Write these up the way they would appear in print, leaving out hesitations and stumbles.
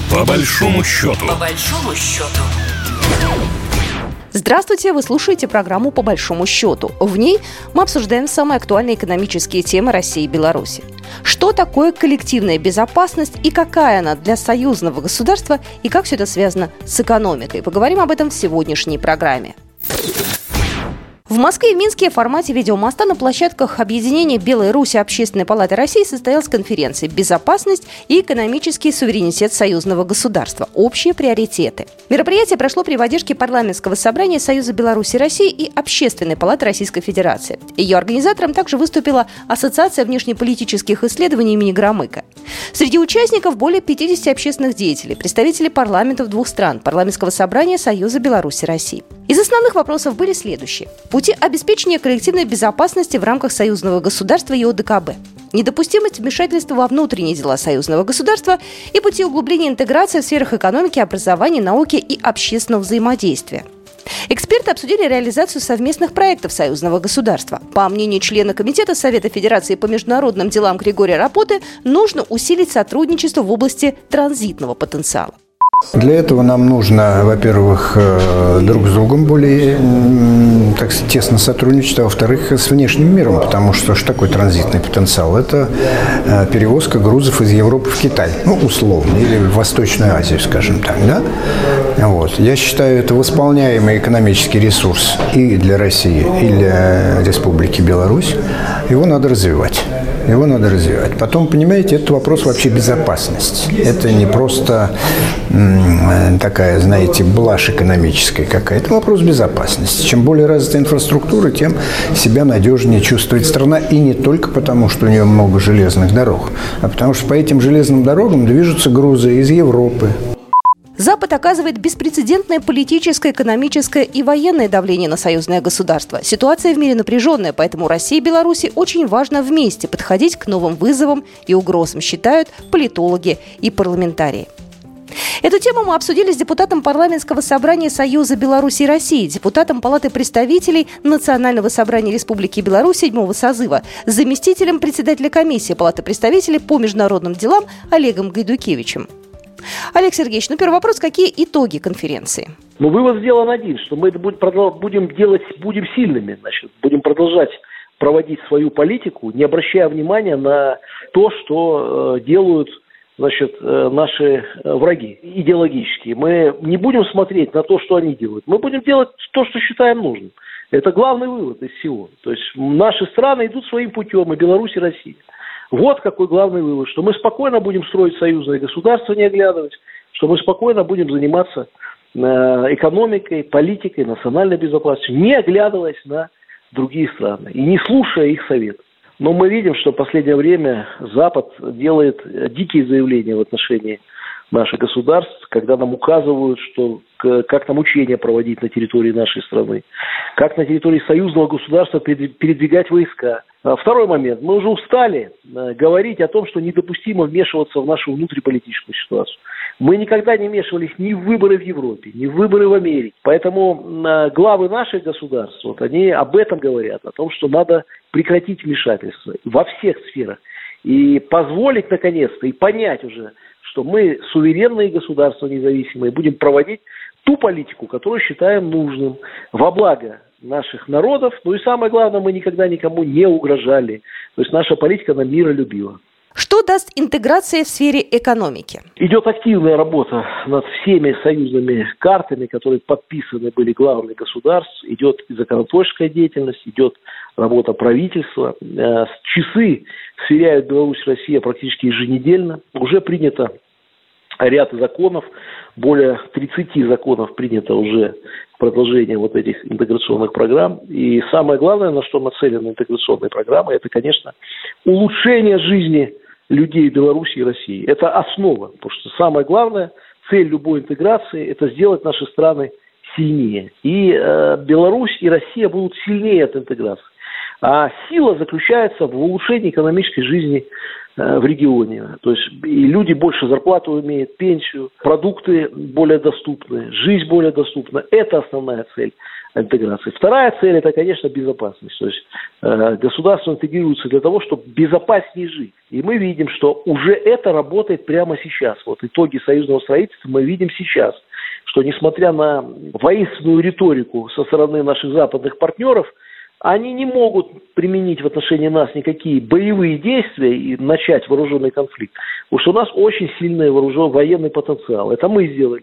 По большому счету. По большому счету. Здравствуйте, вы слушаете программу «По большому счету». В ней мы обсуждаем самые актуальные экономические темы России и Беларуси. Что такое коллективная безопасность и какая она для союзного государства, и как все это связано с экономикой. Поговорим об этом в сегодняшней программе. В Москве и Минске в формате видеомоста на площадках объединения Белой Руси Общественной палаты России состоялась конференция «Безопасность и экономический суверенитет союзного государства. Общие приоритеты». Мероприятие прошло при поддержке парламентского собрания Союза Беларуси и России и Общественной палаты Российской Федерации. Ее организатором также выступила Ассоциация внешнеполитических исследований имени Громыка. Среди участников более 50 общественных деятелей, представители парламентов двух стран, парламентского собрания Союза Беларуси и России. Из основных вопросов были следующие. Пути обеспечения коллективной безопасности в рамках союзного государства и ОДКБ, недопустимость вмешательства во внутренние дела союзного государства и пути углубления интеграции в сферах экономики, образования, науки и общественного взаимодействия. Эксперты обсудили реализацию совместных проектов союзного государства. По мнению члена Комитета Совета Федерации по международным делам Григория Рапоты, нужно усилить сотрудничество в области транзитного потенциала. Для этого нам нужно, во-первых, друг с другом более так тесно сотрудничать, а во-вторых, с внешним миром, потому что такое транзитный потенциал? Это перевозка грузов из Европы в Китай, условно, или в Восточную Азию, скажем так, да? Вот. Я считаю, это восполняемый экономический ресурс и для России, и для Республики Беларусь. Его надо развивать. Потом, понимаете, это вопрос вообще безопасности. Это не просто такая, знаете, блажь экономическая какая-то. Это вопрос безопасности. Чем более развита инфраструктура, тем себя надежнее чувствует страна. И не только потому, что у нее много железных дорог, а потому что по этим железным дорогам движутся грузы из Европы. Запад оказывает беспрецедентное политическое, экономическое и военное давление на союзное государство. Ситуация в мире напряженная, поэтому России и Беларуси очень важно вместе подходить к новым вызовам и угрозам, считают политологи и парламентарии. Эту тему мы обсудили с депутатом парламентского собрания Союза Беларуси и России, депутатом Палаты представителей Национального собрания Республики Беларусь 7-го созыва, заместителем председателя комиссии Палаты представителей по международным делам Олегом Гайдукевичем. Олег Сергеевич, первый вопрос. Какие итоги конференции? Вывод сделан один, что мы это будем сильными, будем продолжать проводить свою политику, не обращая внимания на то, что делают наши враги идеологические. Мы не будем смотреть на то, что они делают. Мы будем делать то, что считаем нужным. Это главный вывод из всего. То есть наши страны идут своим путем, и Беларусь, и Россия. Вот какой главный вывод, что мы спокойно будем строить союзное государство, не оглядываясь, что мы спокойно будем заниматься экономикой, политикой, национальной безопасностью, не оглядываясь на другие страны и не слушая их советов. Но мы видим, что в последнее время Запад делает дикие заявления в отношении наших государств, когда нам указывают, как нам учения проводить на территории нашей страны, как на территории союзного государства передвигать войска. Второй момент. Мы уже устали говорить о том, что недопустимо вмешиваться в нашу внутриполитическую ситуацию. Мы никогда не вмешивались ни в выборы в Европе, ни в выборы в Америке. Поэтому главы наших государств, они об этом говорят, о том, что надо прекратить вмешательство во всех сферах и позволить наконец-то и понять уже, что мы суверенные государства независимые, будем проводить ту политику, которую считаем нужным во благо наших народов. И самое главное, мы никогда никому не угрожали. То есть наша политика, она миролюбива. Что даст интеграция в сфере экономики? Идет активная работа над всеми союзными картами, которые подписаны были главами государств. Идет и законотворческая деятельность, идет работа правительства. Часы сверяют Беларусь и Россия практически еженедельно. Уже принято ряд законов, более 30 законов принято уже в продолжение этих интеграционных программ. И самое главное, на что нацелены интеграционные программы, это, конечно, улучшение жизни людей Беларуси и России. Это основа, потому что самое главное, цель любой интеграции – это сделать наши страны сильнее. И Беларусь и Россия будут сильнее от интеграции. А сила заключается в улучшении экономической жизни в регионе. То есть и люди больше зарплату имеют, пенсию, продукты более доступны, жизнь более доступна. Это основная цель интеграции. Вторая цель – это, конечно, безопасность. То есть государство интегрируется для того, чтобы безопаснее жить. И мы видим, что уже это работает прямо сейчас. Вот итоги союзного строительства мы видим сейчас, что несмотря на воинственную риторику со стороны наших западных партнеров, они не могут применить в отношении нас никакие боевые действия и начать вооруженный конфликт, потому что у нас очень сильный военный потенциал. Это мы сделали.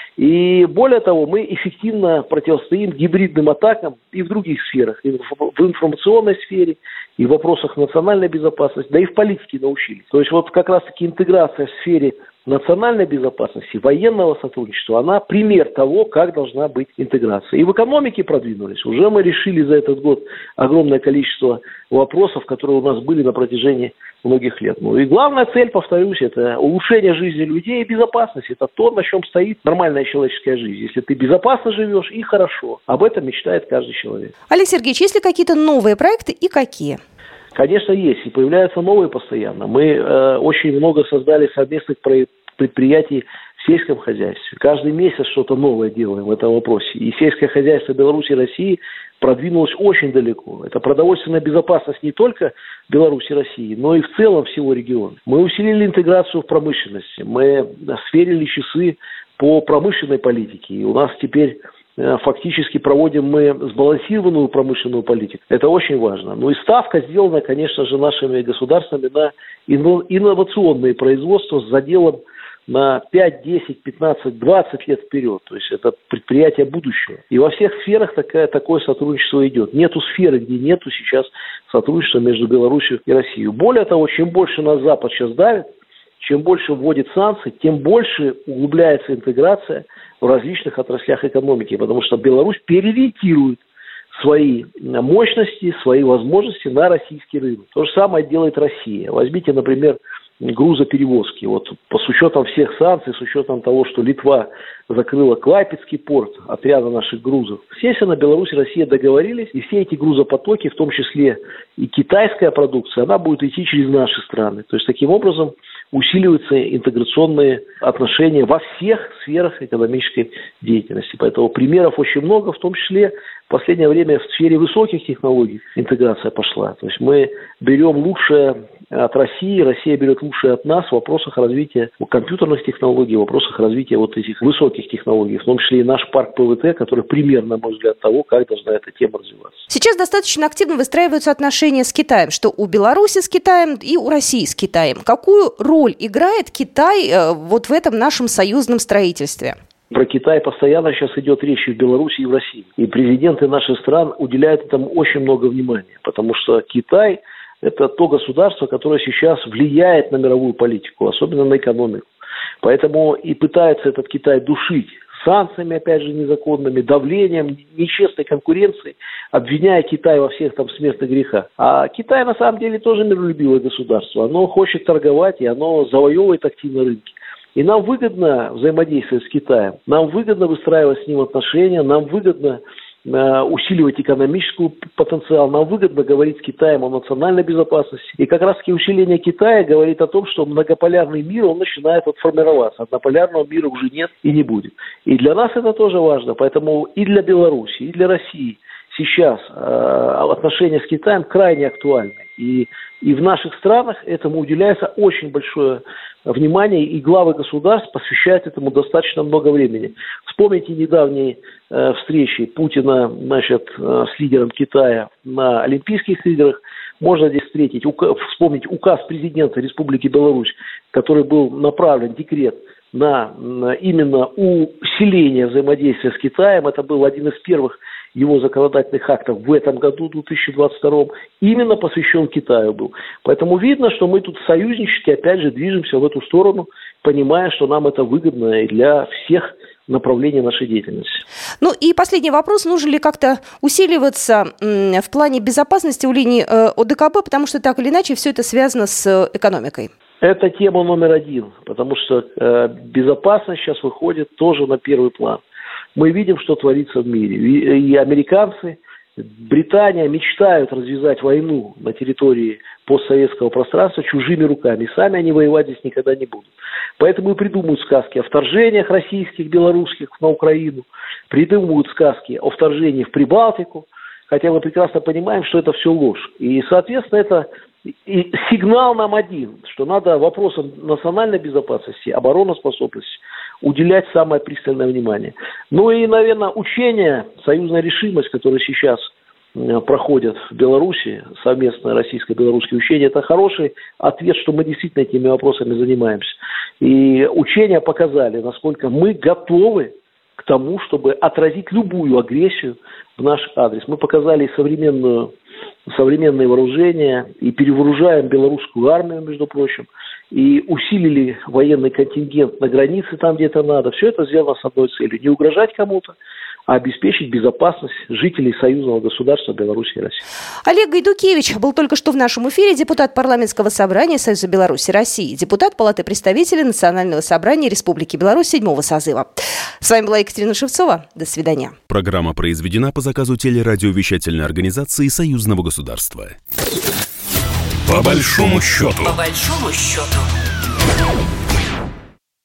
И более того, мы эффективно противостоим гибридным атакам и в других сферах, и в информационной сфере, и в вопросах национальной безопасности, да и в политике научились. То есть вот как раз-таки интеграция в сфере национальной безопасности, военного сотрудничества, она пример того, как должна быть интеграция. И в экономике продвинулись. Уже мы решили за этот год огромное количество вопросов, которые у нас были на протяжении многих лет. Ну и главная цель, повторюсь, это улучшение жизни людей и безопасность. Это то, на чем стоит нормальная человеческая жизнь. Если ты безопасно живешь и хорошо. Об этом мечтает каждый человек. Олег Сергеевич, есть ли какие-то новые проекты и какие? Конечно, есть. И появляются новые постоянно. Мы очень много создали совместных предприятий в сельском хозяйстве. Каждый месяц что-то новое делаем в этом вопросе. И сельское хозяйство Беларуси и России продвинулось очень далеко. Это продовольственная безопасность не только Беларуси и России, но и в целом всего региона. Мы усилили интеграцию в промышленности. Мы сверили часы по промышленной политике. И у нас теперь фактически проводим мы сбалансированную промышленную политику. Это очень важно. Ну и ставка сделана, конечно же, нашими государствами на инновационные производства с заделом на 5, 10, 15, 20 лет вперед. То есть это предприятие будущего. И во всех сферах такое сотрудничество идет. Нету сферы, где нету сейчас сотрудничества между Беларусью и Россией. Более того, чем больше нас Запад сейчас давит, чем больше вводит санкции, тем больше углубляется интеграция в различных отраслях экономики, потому что Беларусь переориентирует свои мощности, свои возможности на российский рынок. То же самое делает Россия. Возьмите, например, грузоперевозки. Вот с учетом всех санкций, с учетом того, что Литва закрыла Клайпедский порт от ряда наших грузов. Естественно, Беларусь и Россия договорились, и все эти грузопотоки, в том числе и китайская продукция, она будет идти через наши страны. То есть, таким образом, усиливаются интеграционные отношения во всех сферах экономической деятельности. Поэтому примеров очень много, в том числе в последнее время в сфере высоких технологий интеграция пошла. То есть мы берем лучшее от России, Россия берет лучшее от нас в вопросах развития компьютерных технологий, в вопросах развития вот этих высоких технологий, в том числе и наш парк ПВТ, который пример, на мой взгляд, того, как должна эта тема развиваться. Сейчас достаточно активно выстраиваются отношения с Китаем, что у Беларуси с Китаем и у России с Китаем. Какую роль играет Китай вот в этом нашем союзном строительстве? Про Китай постоянно сейчас идет речь и в Беларуси, и в России. И президенты наших стран уделяют этому очень много внимания, потому что Китай – это то государство, которое сейчас влияет на мировую политику, особенно на экономику. Поэтому и пытается этот Китай душить санкциями, опять же, незаконными, давлением, нечестной конкуренцией, обвиняя Китай во всех там смертных грехах. А Китай на самом деле тоже миролюбивое государство. Оно хочет торговать, и оно завоевывает активно рынки. И нам выгодно взаимодействовать с Китаем, нам выгодно выстраивать с ним отношения, нам выгодно усиливать экономический потенциал, нам выгодно говорить с Китаем о национальной безопасности. И как раз-таки усиление Китая говорит о том, что многополярный мир, он начинает формироваться. Однополярного мира уже нет и не будет. И для нас это тоже важно. Поэтому и для Беларуси, и для России сейчас отношения с Китаем крайне актуальны. И в наших странах этому уделяется очень большое внимание, и главы государств посвящают этому достаточно много времени. Вспомните недавние встречи Путина, с лидером Китая на Олимпийских играх. Можно здесь вспомнить указ президента Республики Беларусь, который был направлен, декрет, на именно усиление взаимодействия с Китаем. Это был один из первых его законодательных актов в этом году, 2022, именно посвящен Китаю был. Поэтому видно, что мы тут союзнически, опять же, движемся в эту сторону, понимая, что нам это выгодно и для всех направлений нашей деятельности. Ну и последний вопрос. Нужно ли как-то усиливаться в плане безопасности у линии ОДКБ, потому что так или иначе все это связано с экономикой? Это тема номер один, потому что безопасность сейчас выходит тоже на первый план. Мы видим, что творится в мире. И американцы Британия мечтают развязать войну на территории постсоветского пространства чужими руками. Сами они воевать здесь никогда не будут. Поэтому и придумывают сказки о вторжениях российских, белорусских на Украину, придумывают сказки о вторжении в Прибалтику, хотя мы прекрасно понимаем, что это все ложь. И, соответственно, это и сигнал нам один, что надо вопросам национальной безопасности, обороноспособности уделять самое пристальное внимание. Ну и, наверное, учения, союзная решимость, которые сейчас проходят в Беларуси, совместное российско-белорусские учения, это хороший ответ, что мы действительно этими вопросами занимаемся. И учения показали, насколько мы готовы к тому, чтобы отразить любую агрессию в наш адрес. Мы показали современные вооружения и перевооружаем белорусскую армию, между прочим, и усилили военный контингент на границе там, где это надо. Все это сделано с одной целью – не угрожать кому-то, а обеспечить безопасность жителей союзного государства Беларуси и России. Олег Гайдукевич был только что в нашем эфире, депутат парламентского собрания Союза Беларуси и России, депутат Палаты представителей Национального собрания Республики Беларусь 7-го созыва. С вами была Екатерина Шевцова. До свидания. Программа произведена по заказу телерадиовещательной организации Союзного государства. По большому счету. По большому счету.